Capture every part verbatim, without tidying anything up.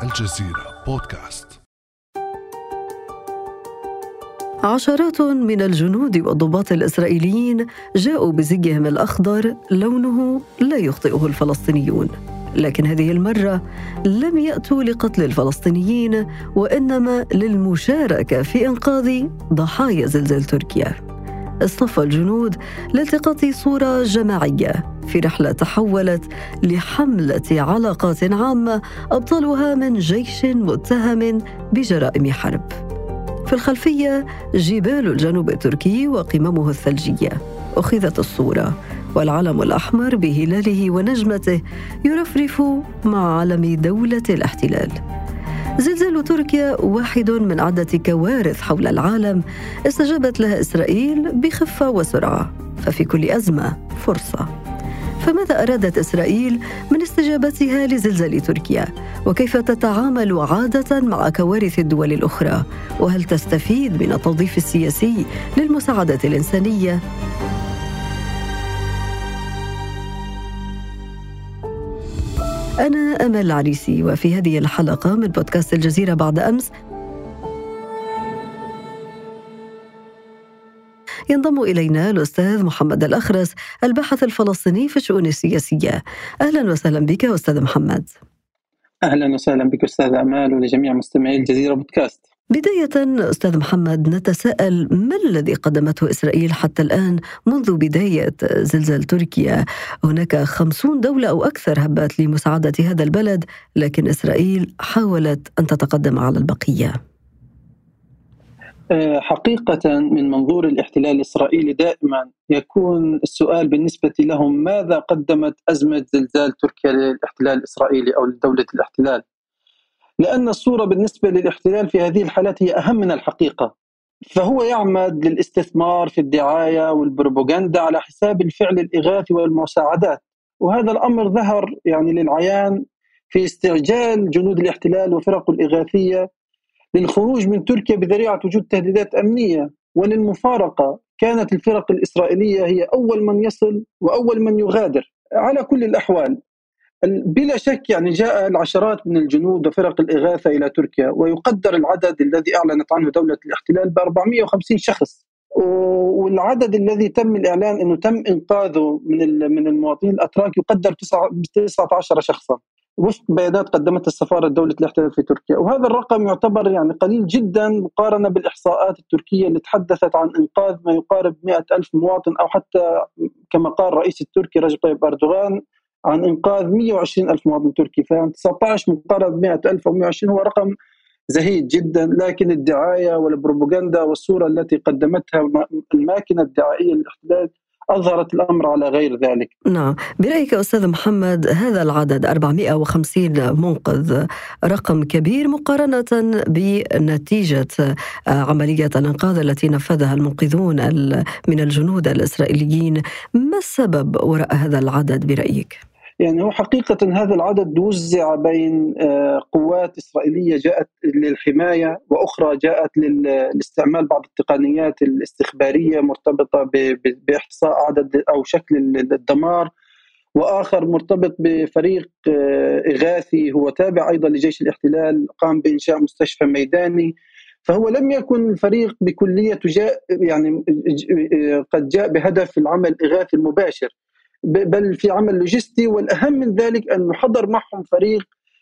الجزيرة بودكاست. عشرات من الجنود والضباط الإسرائيليين جاءوا بزيهم الأخضر لونه لا يخطئه الفلسطينيون، لكن هذه المرة لم يأتوا لقتل الفلسطينيين وإنما للمشاركة في إنقاذ ضحايا زلزال تركيا. اصطف الجنود لالتقاط صورة جماعية في رحلة تحولت لحملة علاقات عامة أبطلها من جيش متهم بجرائم حرب. في الخلفية جبال الجنوب التركي وقممه الثلجية. أخذت الصورة والعلم الأحمر بهلاله ونجمته يرفرف مع علم دولة الاحتلال. زلزال تركيا واحد من عدة كوارث حول العالم استجابت لها إسرائيل بخفة وسرعة، ففي كل أزمة فرصة. فماذا أرادت إسرائيل من استجابتها لزلزال تركيا؟ وكيف تتعامل عادة مع كوارث الدول الأخرى؟ وهل تستفيد من التوظيف السياسي للمساعدة الإنسانية؟ أنا أمل العريسي، وفي هذه الحلقة من بودكاست الجزيرة بعد أمس ينضم إلينا الأستاذ محمد الأخرس، الباحث الفلسطيني في الشؤون السياسية. أهلا وسهلا بك أستاذ محمد. أهلا وسهلا بك أستاذ أمال ولجميع مستمعي الجزيرة بودكاست. بداية أستاذ محمد، نتساءل ما الذي قدمته إسرائيل حتى الآن منذ بداية زلزال تركيا؟ هناك خمسون دولة أو أكثر هبت لمساعدة هذا البلد، لكن إسرائيل حاولت أن تتقدم على البقية. حقيقة من منظور الاحتلال الإسرائيلي دائما يكون السؤال بالنسبة لهم ماذا قدمت أزمة زلزال تركيا للاحتلال الإسرائيلي أو لدولة الاحتلال؟ لأن الصورة بالنسبة للاحتلال في هذه الحالات هي أهم من الحقيقة، فهو يعمد للاستثمار في الدعاية والبروباغندا على حساب الفعل الإغاثي والمساعدات، وهذا الأمر ظهر يعني للعيان في استعجال جنود الاحتلال وفرق الإغاثية للخروج من تركيا بذريعة وجود تهديدات أمنية وللمفارقة. كانت الفرق الإسرائيلية هي أول من يصل وأول من يغادر. على كل الأحوال بلا شك يعني جاء العشرات من الجنود وفرق الإغاثة إلى تركيا، ويقدر العدد الذي أعلنت عنه دولة الاحتلال ب أربعمائة وخمسين شخص، والعدد الذي تم الإعلان أنه تم إنقاذه من من المواطنين الأتراك يقدر تسعة عشر شخصا وفق بيانات قدمتها السفارة دولة الاحتلال في تركيا. وهذا الرقم يعتبر يعني قليل جدا مقارنة بالإحصاءات التركية اللي تحدثت عن إنقاذ ما يقارب مئة ألف مواطن، أو حتى كما قال رئيس التركي رجب طيب أردوغان عن إنقاذ مئة وعشرين ألف مواطن تركي. فيعني تسعة عشر مقارنة بمئة ألف أو مئة وعشرين هو رقم زهيد جدا، لكن الدعاية والبروباغندا والصورة التي قدمتها الماكينة الدعائية للاحتلال أظهرت الأمر على غير ذلك. نعم، برأيك أستاذ محمد هذا العدد أربعمائة وخمسين منقذ رقم كبير مقارنة بنتيجة عملية الإنقاذ التي نفذها المنقذون من الجنود الإسرائيليين. ما السبب وراء هذا العدد برأيك؟ يعني هو حقيقة هذا العدد وزع بين قوات إسرائيلية جاءت للحماية وأخرى جاءت للاستعمال بعض التقنيات الاستخبارية مرتبطة بإحصاء عدد أو شكل الدمار، وآخر مرتبط بفريق إغاثي هو تابع أيضا لجيش الاحتلال قام بإنشاء مستشفى ميداني. فهو لم يكن الفريق بكلية جاء يعني قد جاء بهدف العمل الإغاثي المباشر، بل في عمل لوجستي. والأهم من ذلك أنه حضر معهم فريق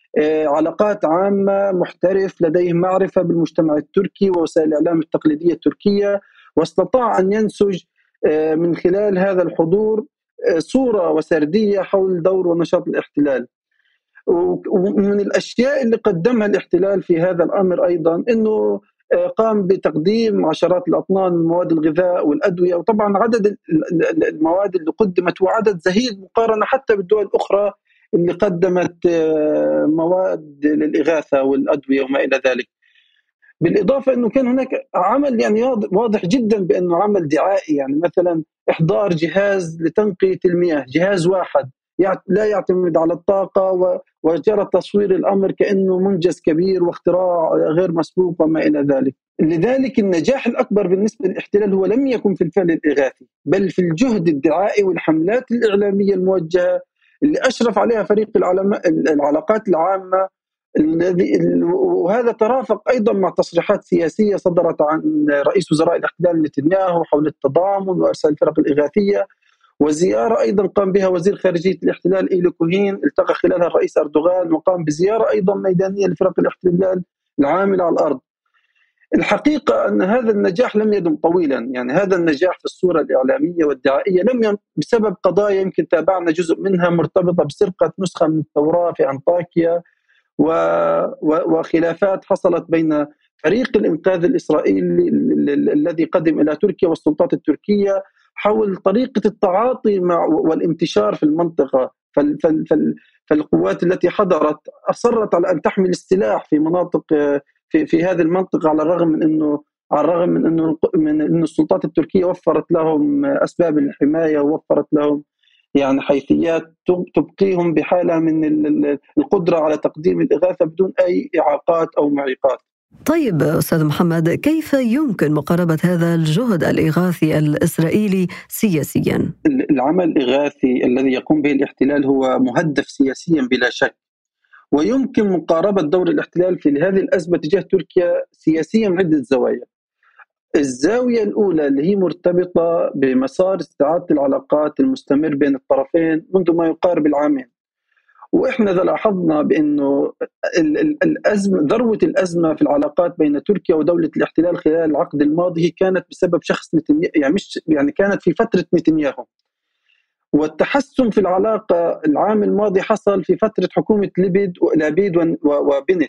علاقات عامة محترف لديه معرفة بالمجتمع التركي ووسائل الإعلام التقليدية التركية، واستطاع أن ينسج من خلال هذا الحضور صورة وسردية حول دور ونشاط الاحتلال. ومن الأشياء اللي قدمها الاحتلال في هذا الأمر أيضا أنه قام بتقديم عشرات الأطنان من مواد الغذاء والأدوية، وطبعا عدد المواد اللي قدمت هو عدد زهيد مقارنة حتى بالدول الأخرى اللي قدمت مواد للإغاثة والأدوية وما إلى ذلك. بالإضافة أنه كان هناك عمل يعني واضح جدا بأنه عمل دعائي، يعني مثلا إحضار جهاز لتنقية المياه، جهاز واحد لا يعتمد على الطاقة، وجرى تصوير الأمر كأنه منجز كبير واختراع غير مسبوق وما إلى ذلك. لذلك النجاح الأكبر بالنسبة للاحتلال هو لم يكن في الفعل الإغاثي بل في الجهد الدعائي والحملات الإعلامية الموجهة اللي أشرف عليها فريق العلاقات العامة الذي وهذا ترافق أيضا مع تصريحات سياسية صدرت عن رئيس وزراء الاحتلال نتنياهو حول التضامن وإرسال الفرق الإغاثية، وزيارة أيضا قام بها وزير خارجية الاحتلال إيلي كوهين التقى خلالها الرئيس أردوغان، وقام بزيارة أيضا ميدانية لفرق الاحتلال العاملة على الأرض. الحقيقة أن هذا النجاح لم يدم طويلا، يعني هذا النجاح في الصورة الإعلامية والدعائية لم يم بسبب قضايا يمكن تابعنا جزء منها مرتبطة بسرقة نسخة من التوراة في أنطاكيا و... و... وخلافات حصلت بين فريق الإنقاذ الإسرائيلي الذي قدم إلى تركيا والسلطات التركية حول طريقة التعاطي مع والانتشار في المنطقة. فال... فال... فال... فالقوات التي حضرت أصرت على أن تحمل السلاح في مناطق في في هذه المنطقة، على الرغم من أنه على الرغم من أنه من أن السلطات التركية وفرت لهم أسباب الحماية ووفرت لهم يعني حيثيات تبقيهم بحالة من القدرة على تقديم الإغاثة بدون أي إعاقات أو معيقات. طيب أستاذ محمد، كيف يمكن مقاربة هذا الجهد الإغاثي الإسرائيلي سياسيا؟ العمل الإغاثي الذي يقوم به الاحتلال هو مهدف سياسيا بلا شك، ويمكن مقاربة دور الاحتلال في هذه الأزمة تجاه تركيا سياسيا من عدة زوايا. الزاوية الأولى اللي هي مرتبطة بمسار استعادة العلاقات المستمر بين الطرفين منذ ما يقارب العامين، وإحنا إذا لاحظنا بأنه الأزمة ذروة الأزمة في العلاقات بين تركيا ودولة الاحتلال خلال العقد الماضي كانت بسبب شخص نتنياهو، يعني مش يعني كانت في فترة نتنياهو، والتحسن في العلاقة العام الماضي حصل في فترة حكومة لبيد ولابيد وبنت.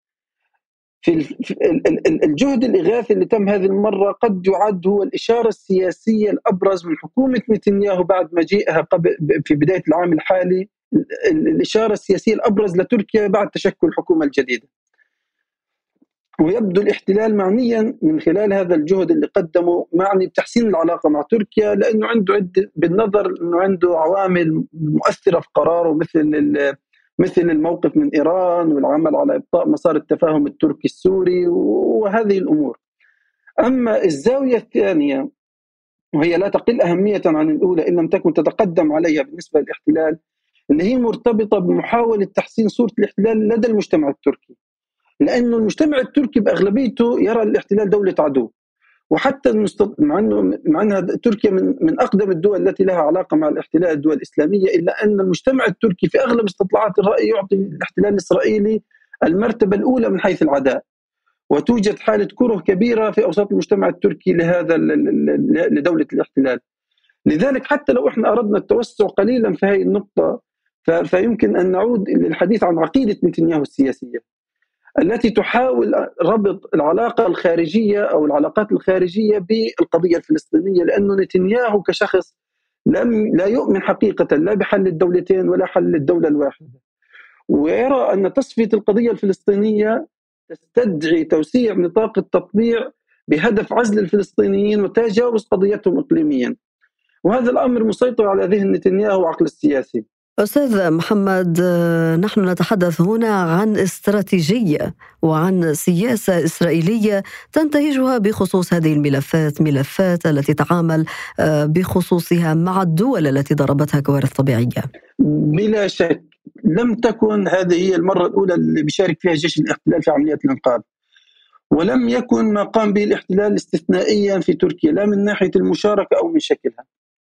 في الجهد الإغاثي اللي تم هذه المرة قد يعد هو الإشارة السياسية الأبرز من حكومة نتنياهو بعد مجيئها قبل في بداية العام الحالي، الإشارة السياسية الأبرز لتركيا بعد تشكل الحكومة الجديدة. ويبدو الاحتلال معنيا من خلال هذا الجهد اللي قدمه معني بتحسين العلاقة مع تركيا، لأنه عنده عدة بالنظر أنه عنده عوامل مؤثرة في قراره مثل مثل الموقف من إيران والعمل على إبطاء مسار التفاهم التركي السوري وهذه الأمور. أما الزاوية الثانية وهي لا تقل أهمية عن الأولى إن لم تكن تتقدم عليها بالنسبة للاحتلال، اللي هي مرتبطة بمحاولة تحسين صورة الاحتلال لدى المجتمع التركي، لأنه المجتمع التركي بأغلبيته يرى الاحتلال دولة عدو، وحتى المست... مع أنه مع أنها تركيا من من أقدم الدول التي لها علاقة مع الاحتلال الدول الإسلامية، إلا أن المجتمع التركي في أغلب استطلاعات الرأي يعطي الاحتلال الإسرائيلي المرتبة الأولى من حيث العداء، وتوجد حالة كره كبيرة في أوساط المجتمع التركي لهذا لدولة الاحتلال. لذلك حتى لو إحنا أردنا التوسع قليلا في هذه النقطة ف... فيمكن أن نعود للحديث عن عقيدة نتنياهو السياسية التي تحاول ربط العلاقة الخارجية أو العلاقات الخارجية بالقضية الفلسطينية، لأنه نتنياهو كشخص لم لا يؤمن حقيقة لا بحل الدولتين ولا حل الدولة الواحدة، ويرى أن تصفية القضية الفلسطينية تستدعي توسيع نطاق التطبيع بهدف عزل الفلسطينيين وتجاوز قضيتهم إقليميا، وهذا الأمر مسيطر على ذهن نتنياهو وعقل السياسي. أستاذ محمد، نحن نتحدث هنا عن استراتيجية وعن سياسة إسرائيلية تنتهجها بخصوص هذه الملفات، ملفات التي تعامل بخصوصها مع الدول التي ضربتها كوارث طبيعية. بلا شك لم تكن هذه هي المرة الأولى اللي بيشارك فيها جيش الاحتلال في عمليات الإنقاذ، ولم يكن ما قام به الاحتلال استثنائيا في تركيا لا من ناحية المشاركة أو من شكلها،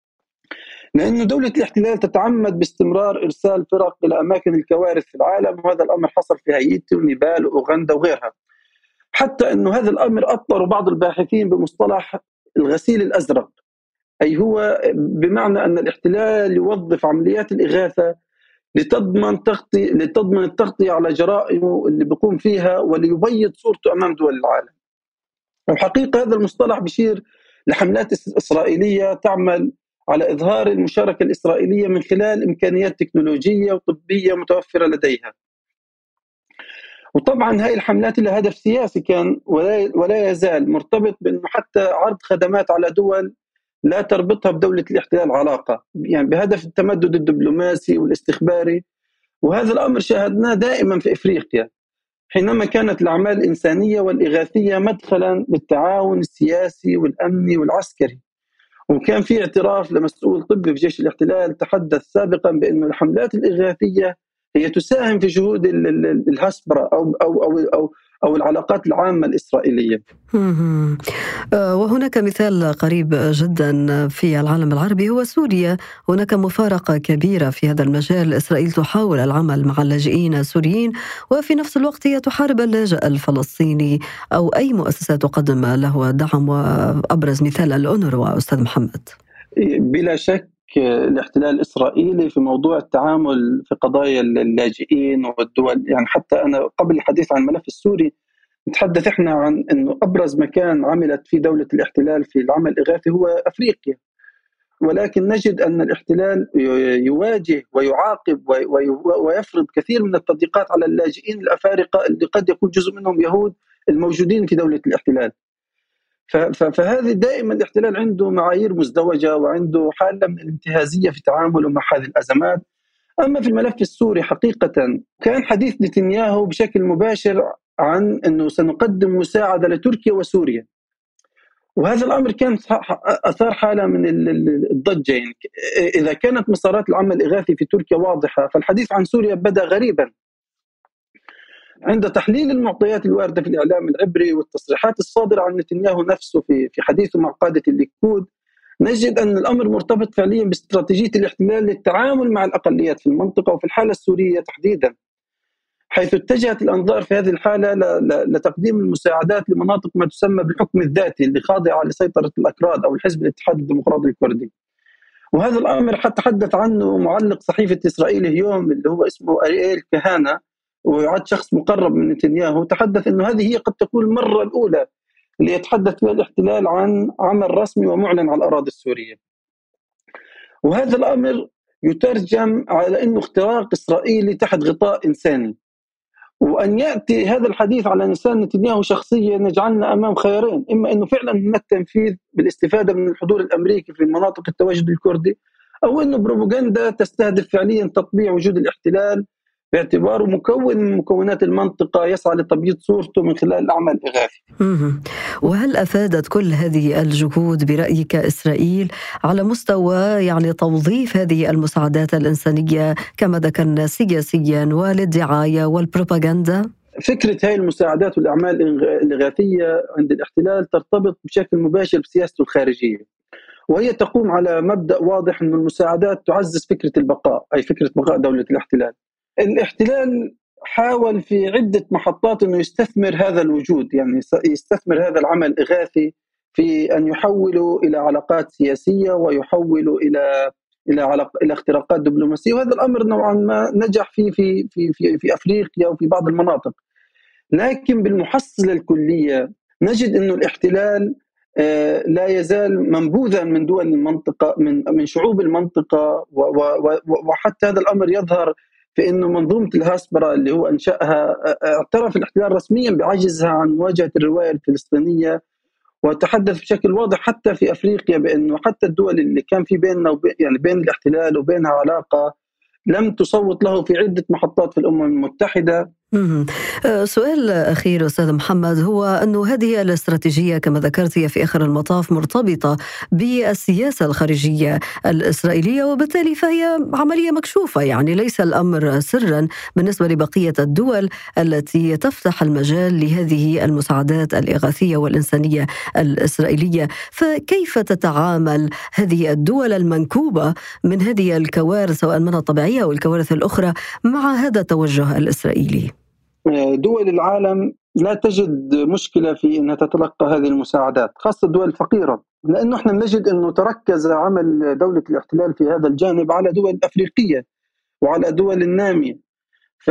لأن دولة الاحتلال تتعمد باستمرار إرسال فرق إلى أماكن الكوارث في العالم، وهذا الأمر حصل في هايتي ونيبال وأوغندا وغيرها، حتى أنه هذا الأمر أطلق بعض الباحثين بمصطلح الغسيل الأزرق، أي هو بمعنى أن الاحتلال يوظف عمليات الإغاثة لتضمن تغطي لتضمن التغطية على جرائمه اللي بيقوم فيها وليبيض صورته أمام دول العالم. وحقيقة هذا المصطلح بشير لحملات إسرائيلية تعمل على إظهار المشاركة الإسرائيلية من خلال إمكانيات تكنولوجية وطبية متوفرة لديها. وطبعا هاي الحملات لها هدف سياسي كان ولا, ولا يزال مرتبط بأنه حتى عرض خدمات على دول لا تربطها بدولة الاحتلال علاقة، يعني بهدف التمدد الدبلوماسي والاستخباري، وهذا الأمر شاهدناه دائما في إفريقيا حينما كانت الأعمال الإنسانية والإغاثية مدخلا للتعاون السياسي والأمني والعسكري. وكان في اعتراف لمسؤول طبي في جيش الاحتلال تحدث سابقا بأن الحملات الإغاثية هي تساهم في شهود الهسبرة أو أو أو أو أو العلاقات العامة الإسرائيلية. وهناك مثال قريب جدا في العالم العربي هو سوريا. هناك مفارقة كبيرة في هذا المجال. إسرائيل تحاول العمل مع اللاجئين السوريين وفي نفس الوقت هي تحارب اللاجئ الفلسطيني أو أي مؤسسة تقدم له دعم، وأبرز مثال الأونروا. أستاذ محمد، بلا شك الاحتلال الإسرائيلي في موضوع التعامل في قضايا اللاجئين والدول، يعني حتى أنا قبل الحديث عن الملف السوري نتحدث احنا عن انه ابرز مكان عملت فيه دولة الاحتلال في العمل الاغاثي هو افريقيا، ولكن نجد ان الاحتلال يواجه ويعاقب ويفرض كثير من التضييقات على اللاجئين الافارقة اللي قد يكون جزء منهم يهود الموجودين في دولة الاحتلال. فهذه دائما الاحتلال عنده معايير مزدوجة وعنده حالة من الانتهازية في تعامله مع هذه الأزمات. أما في الملف السوري حقيقة كان حديث نتنياهو بشكل مباشر عن أنه سنقدم مساعدة لتركيا وسوريا، وهذا الأمر كان أثار حالة من الضجة. يعني إذا كانت مسارات العمل الإغاثي في تركيا واضحة فالحديث عن سوريا بدأ غريبا. عند تحليل المعطيات الواردة في الإعلام العبري والتصريحات الصادرة عن نتنياهو نفسه في في حديثه مع قادة الليكود، نجد أن الأمر مرتبط فعليا باستراتيجية الاحتلال للتعامل مع الأقليات في المنطقة وفي الحالة السورية تحديدا، حيث اتجهت الأنظار في هذه الحالة لتقديم المساعدات لمناطق ما تسمى بالحكم الذاتي اللي خاضعة لسيطرة الأكراد أو الحزب الاتحاد الديمقراطي الكردي. وهذا الأمر حتى تحدث عنه معلق صحيفة إسرائيل اليوم اللي هو اسمه أرييل كهانة، ويعد شخص مقرب من نتنياهو، تحدث أنه هذه هي قد تكون المرة الأولى اللي يتحدث فيها الاحتلال عن عمل رسمي ومعلن على الأراضي السورية. وهذا الأمر يترجم على أنه اختراق إسرائيلي تحت غطاء إنساني، وأن يأتي هذا الحديث على لسان نتنياهو شخصيا يجعلنا أمام خيارين: إما أنه فعلا من التنفيذ بالاستفادة من الحضور الأمريكي في مناطق التواجد الكردي، أو أنه بروباغندا تستهدف فعليا تطبيع وجود الاحتلال باعتباره مكون من مكونات المنطقة يسعى لتبييض صورته من خلال الأعمال الإغاثي. وهل أفادت كل هذه الجهود برأيك إسرائيل على مستوى يعني توظيف هذه المساعدات الإنسانية كما ذكرنا سياسيا والدعاية والبروباغندا؟ فكرة هاي المساعدات والأعمال الإغاثية عند الاحتلال ترتبط بشكل مباشر بسياسته الخارجية، وهي تقوم على مبدأ واضح أن المساعدات تعزز فكرة البقاء، أي فكرة بقاء دولة الاحتلال. الاحتلال حاول في عدة محطات أنه يستثمر هذا الوجود، يعني يستثمر هذا العمل الإغاثي في أن يحوله إلى علاقات سياسية ويحوله إلى إلى علاق... إلى اختراقات دبلوماسية، وهذا الأمر نوعا ما نجح فيه في في في في أفريقيا وفي بعض المناطق. لكن بالمحصلة الكلية نجد أنه الاحتلال لا يزال منبوذا من دول المنطقة، من من شعوب المنطقة، وحتى هذا الأمر يظهر في أنه منظومة الهاسبرة اللي هو أنشأها اعترف الاحتلال رسميا بعجزها عن مواجهة الرواية الفلسطينية، وتحدث بشكل واضح حتى في أفريقيا بأنه حتى الدول اللي كان في بيننا وبين يعني بين الاحتلال وبينها علاقة لم تصوت له في عدة محطات في الأمم المتحدة. سؤال أخير أستاذ محمد، هو أنه هذه الاستراتيجية كما ذكرت هي في آخر المطاف مرتبطة بالسياسة الخارجية الإسرائيلية، وبالتالي فهي عملية مكشوفة، يعني ليس الأمر سرا بالنسبة لبقية الدول التي تفتح المجال لهذه المساعدات الإغاثية والإنسانية الإسرائيلية. فكيف تتعامل هذه الدول المنكوبة من هذه الكوارث سواء منها الطبيعية أو الكوارث الأخرى مع هذا التوجه الإسرائيلي؟ دول العالم لا تجد مشكلة في أنها تتلقى هذه المساعدات، خاصة الدول الفقيرة، لأنه احنا نجد أنه تركز عمل دولة الاحتلال في هذا الجانب على دول أفريقية وعلى دول النامية. ف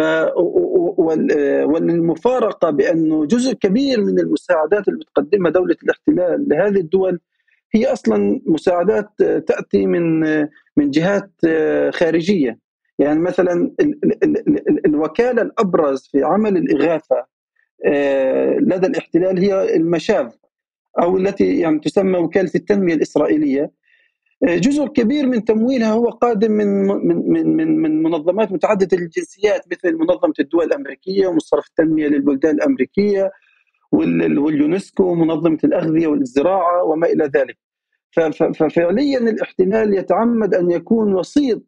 والمفارقة بأنه جزء كبير من المساعدات اللي بتقدمها دولة الاحتلال لهذه الدول هي أصلا مساعدات تأتي من من جهات خارجية. يعني مثلا الوكالة الأبرز في عمل الإغاثة لدى الاحتلال هي المشاف، أو التي يعني تسمى وكالة التنمية الإسرائيلية. جزء كبير من تمويلها هو قادم من من من من, من منظمات متعددة الجنسيات مثل منظمة الدول الأمريكية ومصرف التنمية للبلدان الأمريكية واليونسكو ومنظمة الأغذية والزراعة وما إلى ذلك. ففعليا الاحتلال يتعمد أن يكون وسيط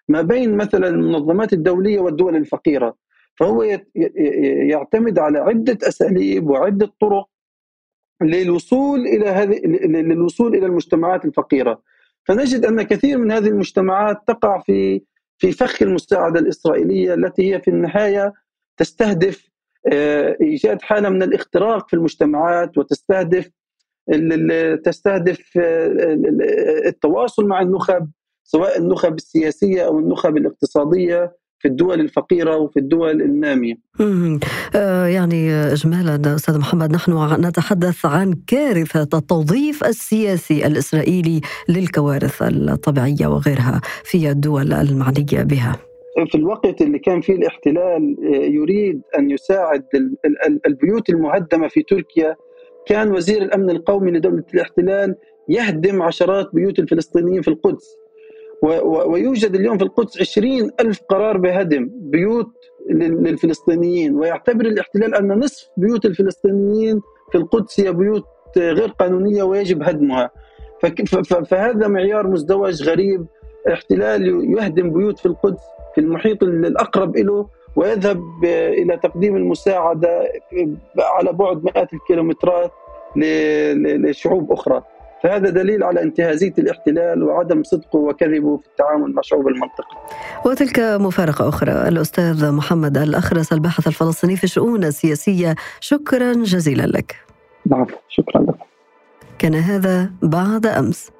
ما بين مثلا المنظمات الدولية والدول الفقيرة. فهو يعتمد على عدة أساليب وعدة طرق للوصول إلى هذه للوصول إلى المجتمعات الفقيرة. فنجد أن كثير من هذه المجتمعات تقع في في فخ المساعدة الإسرائيلية التي هي في النهاية تستهدف إيجاد حالة من الاختراق في المجتمعات، وتستهدف تستهدف التواصل مع النخب، سواء النخب السياسية أو النخب الاقتصادية في الدول الفقيرة وفي الدول النامية. آه يعني إجمالا أستاذ محمد، نحن نتحدث عن كارثة التوظيف السياسي الإسرائيلي للكوارث الطبيعية وغيرها في الدول المعنية بها. في الوقت اللي كان فيه الاحتلال يريد أن يساعد البيوت المهدمة في تركيا، كان وزير الأمن القومي لدولة الاحتلال يهدم عشرات بيوت الفلسطينيين في القدس، ويوجد اليوم في القدس عشرين ألف قرار بهدم بيوت للفلسطينيين، ويعتبر الاحتلال أن نصف بيوت الفلسطينيين في القدس هي بيوت غير قانونية ويجب هدمها. فهذا معيار مزدوج غريب، احتلال يهدم بيوت في القدس في المحيط الأقرب له، ويذهب إلى تقديم المساعدة على بعد مئات الكيلومترات لشعوب أخرى. فهذا دليل على انتهازية الاحتلال وعدم صدقه وكذبه في التعامل مع شعوب المنطقة. وتلك مفارقة أخرى. الأستاذ محمد الأخرس، الباحث الفلسطيني في الشؤون السياسية، شكرا جزيلا لك. نعم، شكرا لك. كان هذا بعد أمس.